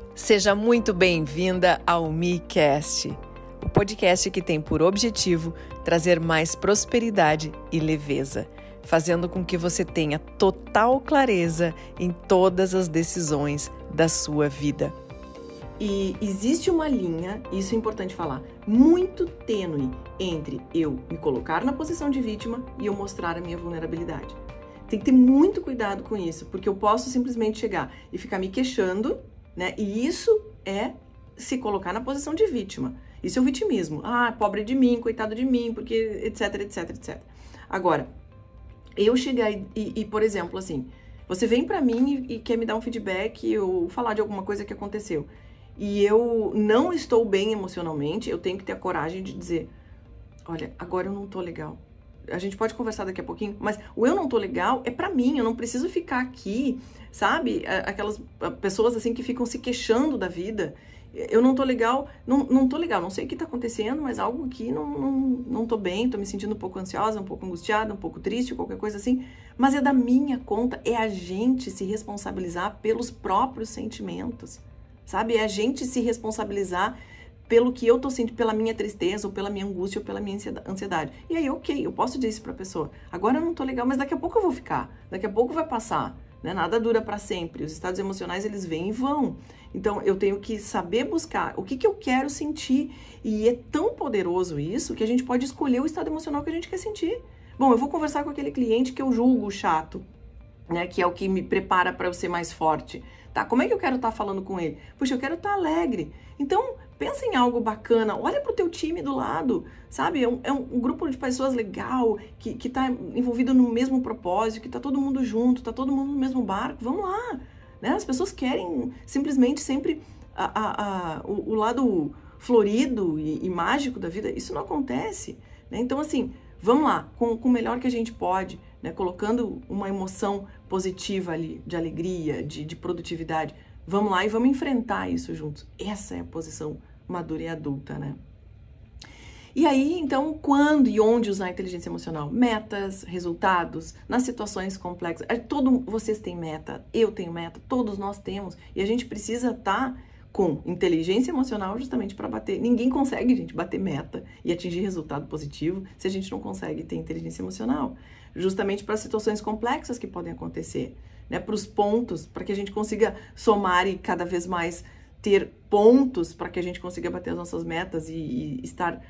Seja muito bem-vinda ao MeCast, o podcast que tem por objetivo trazer mais prosperidade e leveza, fazendo com que você tenha total clareza em todas as decisões da sua vida. E existe uma linha, isso é importante falar, muito tênue entre eu me colocar na posição de vítima e eu mostrar a minha vulnerabilidade. Tem que ter muito cuidado com isso, porque eu posso simplesmente chegar e ficar me queixando, né? E isso é se colocar na posição de vítima. Isso é o vitimismo. Ah, pobre de mim, coitado de mim, porque etc, etc, etc. Agora, eu chegar e por exemplo, assim, você vem pra mim e quer me dar um feedback ou falar de alguma coisa que aconteceu. E eu não estou bem emocionalmente, eu tenho que ter a coragem de dizer, olha, agora eu não tô legal. A gente pode conversar daqui a pouquinho, mas o eu não tô legal é pra mim, eu não preciso ficar aqui, sabe? Aquelas pessoas assim que ficam se queixando da vida. Eu não tô legal, não tô legal, não sei o que tá acontecendo, mas algo aqui não tô bem, tô me sentindo um pouco ansiosa, um pouco angustiada, um pouco triste, qualquer coisa assim. Mas é da minha conta, é a gente se responsabilizar pelos próprios sentimentos, sabe? É a gente se responsabilizar pelo que eu tô sentindo, pela minha tristeza, ou pela minha angústia, ou pela minha ansiedade. E aí, ok, eu posso dizer isso pra pessoa. Agora eu não tô legal, mas daqui a pouco eu vou ficar. Daqui a pouco vai passar, né? Nada dura pra sempre. Os estados emocionais, eles vêm e vão. Então, eu tenho que saber buscar o que eu quero sentir. E é tão poderoso isso que a gente pode escolher o estado emocional que a gente quer sentir. Bom, eu vou conversar com aquele cliente que eu julgo chato, né? Que é o que me prepara para eu ser mais forte. Tá, como é que eu quero estar falando com ele? Puxa, eu quero estar alegre. Então, pensa em algo bacana, olha pro teu time do lado, sabe? É um grupo de pessoas legal, que tá envolvido no mesmo propósito, que tá todo mundo junto, tá todo mundo no mesmo barco, vamos lá, né? As pessoas querem simplesmente sempre o lado florido e mágico da vida, isso não acontece, né? Então, assim, vamos lá, com o melhor que a gente pode, né? Colocando uma emoção positiva ali, de alegria, de produtividade, vamos lá e vamos enfrentar isso juntos. Essa é a posição madura e adulta, né? E aí, então, quando e onde usar a inteligência emocional? Metas, resultados, nas situações complexas. Vocês têm meta, eu tenho meta, todos nós temos. E a gente precisa estar com inteligência emocional justamente para bater. Ninguém consegue, gente, bater meta e atingir resultado positivo se a gente não consegue ter inteligência emocional. Justamente para situações complexas que podem acontecer, né? Para os pontos, para que a gente consiga somar e cada vez mais ter pontos para que a gente consiga bater as nossas metas e estar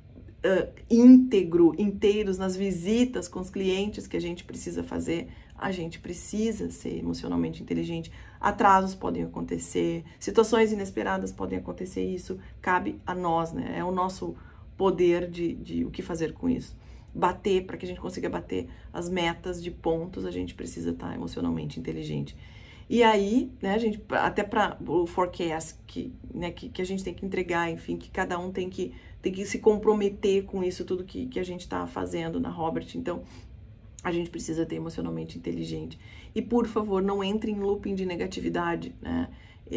inteiros nas visitas com os clientes que a gente precisa fazer. A gente precisa ser emocionalmente inteligente. Atrasos podem acontecer, situações inesperadas podem acontecer, isso cabe a nós, né? É o nosso poder de o que fazer com isso. Bater, para que a gente consiga bater as metas de pontos, a gente precisa estar emocionalmente inteligente. E aí, né, a gente, até para o forecast que a gente tem que entregar, enfim, que cada um tem que se comprometer com isso tudo que a gente está fazendo na Robert. Então, a gente precisa ter emocionalmente inteligente. E, por favor, não entre em looping de negatividade, né?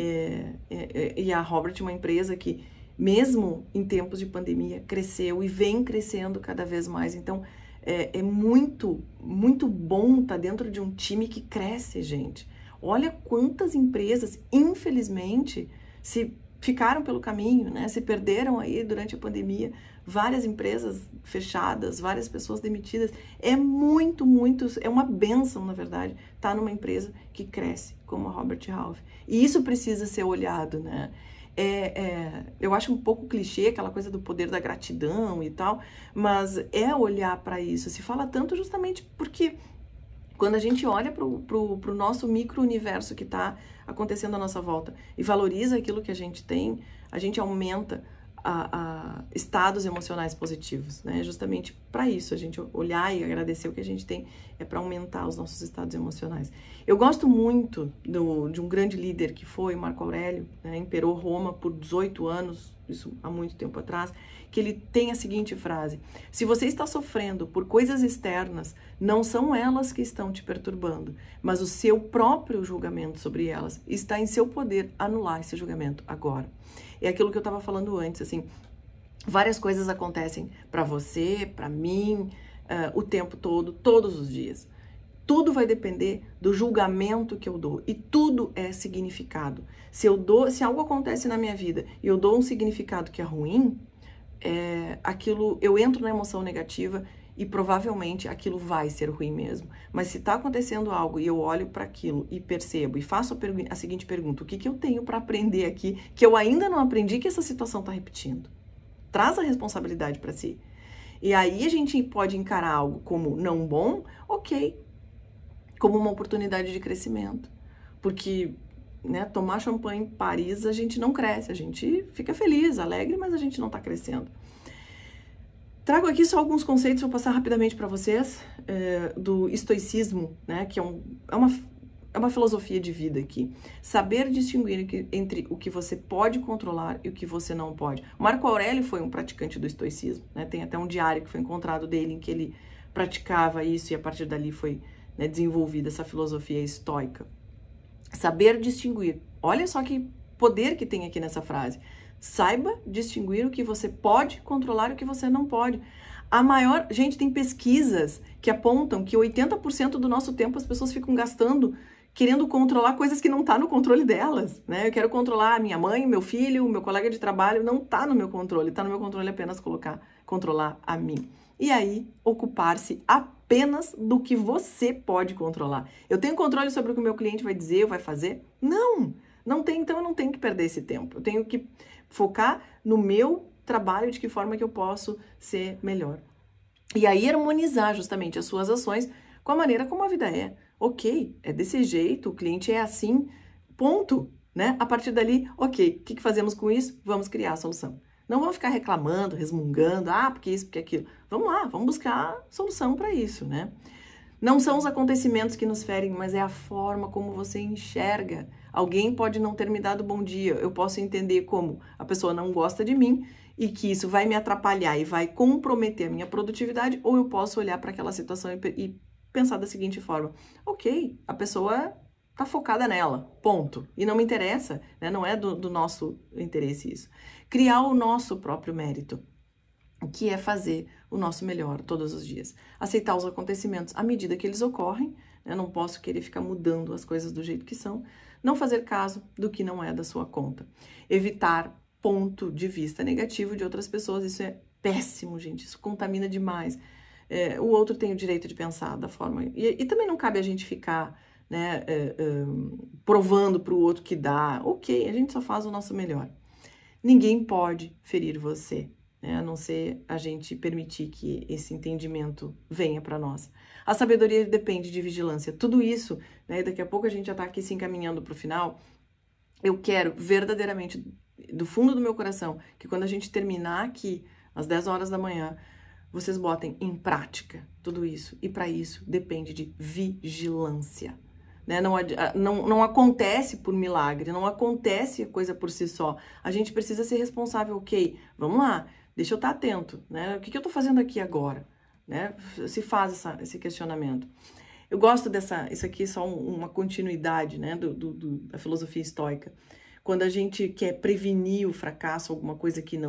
E a Robert é uma empresa que, mesmo em tempos de pandemia, cresceu e vem crescendo cada vez mais. Então, é muito, muito bom estar dentro de um time que cresce, gente. Olha quantas empresas, infelizmente, se ficaram pelo caminho, né? Se perderam aí durante a pandemia. Várias empresas fechadas, várias pessoas demitidas. É muito, é uma bênção, na verdade, estar numa empresa que cresce, como a Robert Half. E isso precisa ser olhado, né? Eu acho um pouco clichê aquela coisa do poder da gratidão e tal, mas é olhar para isso. Se fala tanto justamente porque quando a gente olha pro nosso micro-universo que está acontecendo à nossa volta e valoriza aquilo que a gente tem, a gente aumenta estados emocionais positivos, né? Justamente para isso, a gente olhar e agradecer o que a gente tem é para aumentar os nossos estados emocionais. Eu gosto muito de um grande líder que foi Marco Aurélio, né? Imperou Roma por 18 anos, isso há muito tempo atrás, que ele tem a seguinte frase: se você está sofrendo por coisas externas, não são elas que estão te perturbando, mas o seu próprio julgamento sobre elas. Está em seu poder anular esse julgamento agora. É aquilo que eu estava falando antes, assim, várias coisas acontecem para você, para mim, o tempo todo, todos os dias. Tudo vai depender do julgamento que eu dou. E tudo é significado. Se algo acontece na minha vida e eu dou um significado que é ruim, eu entro na emoção negativa e provavelmente aquilo vai ser ruim mesmo. Mas se está acontecendo algo e eu olho para aquilo e percebo e faço a seguinte pergunta: o que eu tenho para aprender aqui que eu ainda não aprendi que essa situação está repetindo? Traz a responsabilidade para si. E aí a gente pode encarar algo como não bom, ok, como uma oportunidade de crescimento. Porque, né, tomar champanhe em Paris a gente não cresce, a gente fica feliz, alegre, mas a gente não está crescendo. Trago aqui só alguns conceitos, vou passar rapidamente para vocês, do estoicismo, né, que é uma filosofia de vida aqui. Saber distinguir entre o que você pode controlar e o que você não pode. Marco Aurélio foi um praticante do estoicismo, né? Tem até um diário que foi encontrado dele em que ele praticava isso e a partir dali foi, né, desenvolvida essa filosofia estoica. Saber distinguir. Olha só que poder que tem aqui nessa frase. Saiba distinguir o que você pode controlar e o que você não pode. Gente, tem pesquisas que apontam que 80% do nosso tempo as pessoas ficam gastando querendo controlar coisas que não tá no controle delas, né? Eu quero controlar a minha mãe, meu filho, meu colega de trabalho, não tá no meu controle. Tá no meu controle apenas controlar a mim. E aí, ocupar-se apenas do que você pode controlar. Eu tenho controle sobre o que o meu cliente vai dizer ou vai fazer? Não tem, então eu não tenho que perder esse tempo. Eu tenho que focar no meu trabalho, de que forma que eu posso ser melhor. E aí harmonizar justamente as suas ações com a maneira como a vida é. Ok, é desse jeito, o cliente é assim, ponto, né? A partir dali, ok, o que fazemos com isso? Vamos criar a solução. Não vamos ficar reclamando, resmungando, porque isso, porque aquilo. Vamos lá, vamos buscar solução para isso, né? Não são os acontecimentos que nos ferem, mas é a forma como você enxerga. Alguém pode não ter me dado bom dia, eu posso entender como a pessoa não gosta de mim e que isso vai me atrapalhar e vai comprometer a minha produtividade, ou eu posso olhar para aquela situação e pensar da seguinte forma: ok, a pessoa tá focada nela, ponto. E não me interessa, né? Não é do nosso interesse isso. Criar o nosso próprio mérito, que é fazer o nosso melhor todos os dias. Aceitar os acontecimentos à medida que eles ocorrem, né? Não posso querer ficar mudando as coisas do jeito que são. Não fazer caso do que não é da sua conta. Evitar ponto de vista negativo de outras pessoas, isso é péssimo, gente, isso contamina demais. O outro tem o direito de pensar da forma... E também não cabe a gente ficar, né, provando para o outro que dá. Ok, a gente só faz o nosso melhor. Ninguém pode ferir você, né, a não ser a gente permitir que esse entendimento venha para nós. A sabedoria depende de vigilância. Tudo isso, né, daqui a pouco a gente já está aqui se encaminhando para o final. Eu quero verdadeiramente, do fundo do meu coração, que quando a gente terminar aqui, às 10 horas da manhã, vocês botem em prática tudo isso. E para isso depende de vigilância. Né? Não acontece por milagre, não acontece a coisa por si só. A gente precisa ser responsável, ok? Vamos lá, deixa eu estar atento. Né? O que eu estou fazendo aqui agora? Né? Se faz esse questionamento. Eu gosto isso aqui é só uma continuidade, né, da filosofia estoica. Quando a gente quer prevenir o fracasso, alguma coisa que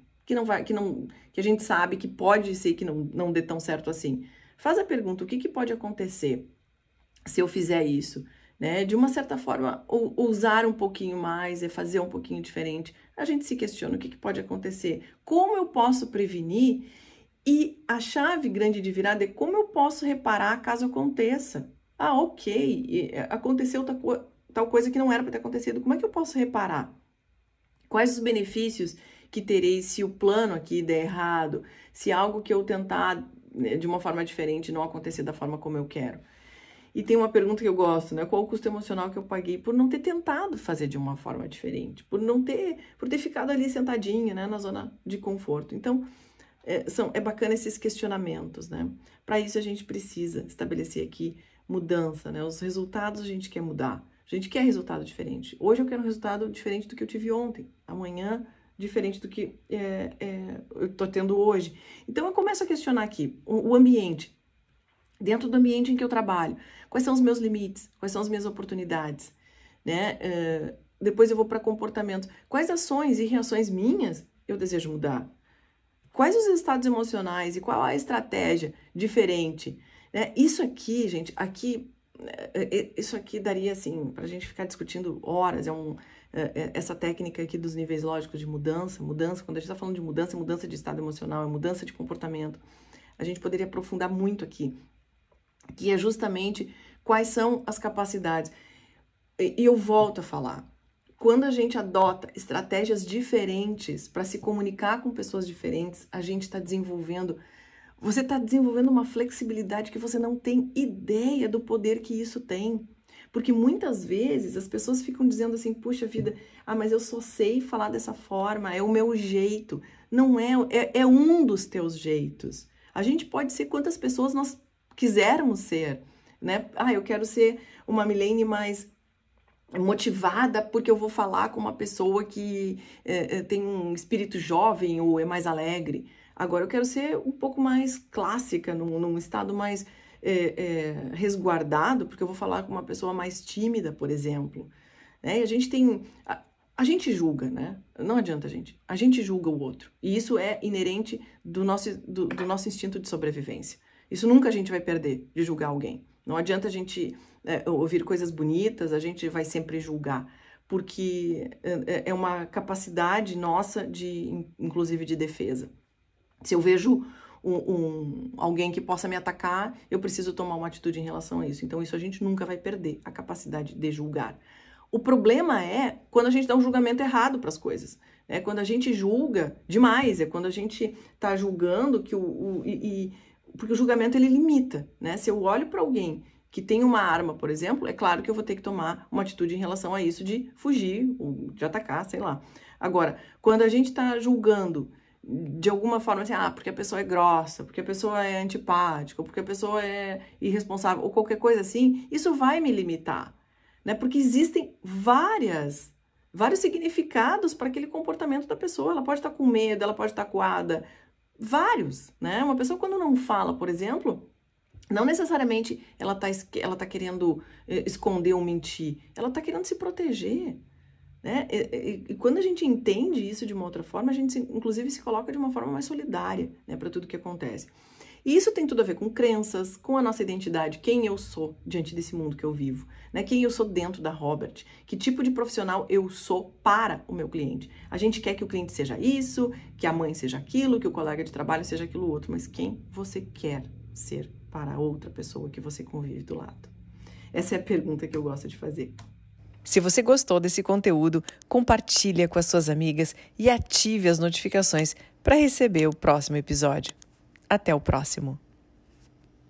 a gente sabe que pode ser que não dê tão certo assim. Faz a pergunta: o que pode acontecer se eu fizer isso? Né? De uma certa forma, ousar um pouquinho mais, fazer um pouquinho diferente. A gente se questiona: o que pode acontecer? Como eu posso prevenir? E a chave grande de virada é como eu posso reparar caso aconteça. Ok, aconteceu tal coisa que não era para ter acontecido. Como é que eu posso reparar? Quais os benefícios que terei se o plano aqui der errado? Se algo que eu tentar, né, de uma forma diferente não acontecer da forma como eu quero? E tem uma pergunta que eu gosto, né? Qual o custo emocional que eu paguei por não ter tentado fazer de uma forma diferente? Por ter ficado ali sentadinha, né, na zona de conforto. Então, é bacana esses questionamentos, né? Para isso a gente precisa estabelecer aqui mudança, né? Os resultados a gente quer mudar. A gente quer resultado diferente. Hoje eu quero um resultado diferente do que eu tive ontem. Amanhã, diferente do que eu tô tendo hoje. Então eu começo a questionar aqui o ambiente. Dentro do ambiente em que eu trabalho, quais são os meus limites? Quais são as minhas oportunidades? Né? Depois eu vou para comportamento. Quais ações e reações minhas eu desejo mudar? Quais os estados emocionais e qual a estratégia diferente, Isso aqui, gente, isso aqui daria, assim, pra gente ficar discutindo horas, essa técnica aqui dos níveis lógicos de mudança, quando a gente tá falando de mudança, é mudança de estado emocional, é mudança de comportamento, a gente poderia aprofundar muito aqui, que é justamente quais são as capacidades. E eu volto a falar, quando a gente adota estratégias diferentes para se comunicar com pessoas diferentes, a gente está desenvolvendo, você está desenvolvendo uma flexibilidade que você não tem ideia do poder que isso tem. Porque muitas vezes as pessoas ficam dizendo assim, puxa vida, mas eu só sei falar dessa forma, é o meu jeito. Não é um dos teus jeitos. A gente pode ser quantas pessoas nós quisermos ser, né? Eu quero ser uma Milene mais motivada porque eu vou falar com uma pessoa que tem um espírito jovem ou é mais alegre. Agora eu quero ser um pouco mais clássica, num estado mais resguardado, porque eu vou falar com uma pessoa mais tímida, por exemplo. Né? E a gente tem... A gente julga, né? Não adianta, gente. A gente julga o outro. E isso é inerente do nosso instinto de sobrevivência. Isso nunca a gente vai perder, de julgar alguém. Não adianta a gente ouvir coisas bonitas, a gente vai sempre julgar, porque é uma capacidade nossa, inclusive de defesa. Se eu vejo alguém que possa me atacar, eu preciso tomar uma atitude em relação a isso. Então isso a gente nunca vai perder, a capacidade de julgar. O problema é quando a gente dá um julgamento errado para as coisas. Quando a gente julga demais, é quando a gente está julgando porque o julgamento ele limita, né? Se eu olho para alguém que tem uma arma, por exemplo, é claro que eu vou ter que tomar uma atitude em relação a isso de fugir, ou de atacar, sei lá. Agora, quando a gente está julgando de alguma forma assim, porque a pessoa é grossa, porque a pessoa é antipática, porque a pessoa é irresponsável, ou qualquer coisa assim, isso vai me limitar, né? Porque existem vários significados para aquele comportamento da pessoa. Ela pode estar com medo, ela pode estar acuada, vários, né? Uma pessoa quando não fala, por exemplo, não necessariamente ela tá querendo esconder ou mentir, ela tá querendo se proteger, né? E quando a gente entende isso de uma outra forma, a gente inclusive se coloca de uma forma mais solidária, né, para tudo que acontece. E isso tem tudo a ver com crenças, com a nossa identidade, quem eu sou diante desse mundo que eu vivo, né? Quem eu sou dentro da Robert, que tipo de profissional eu sou para o meu cliente. A gente quer que o cliente seja isso, que a mãe seja aquilo, que o colega de trabalho seja aquilo outro, mas quem você quer ser para a outra pessoa que você convive do lado? Essa é a pergunta que eu gosto de fazer. Se você gostou desse conteúdo, compartilha com as suas amigas e ative as notificações para receber o próximo episódio. Até o próximo!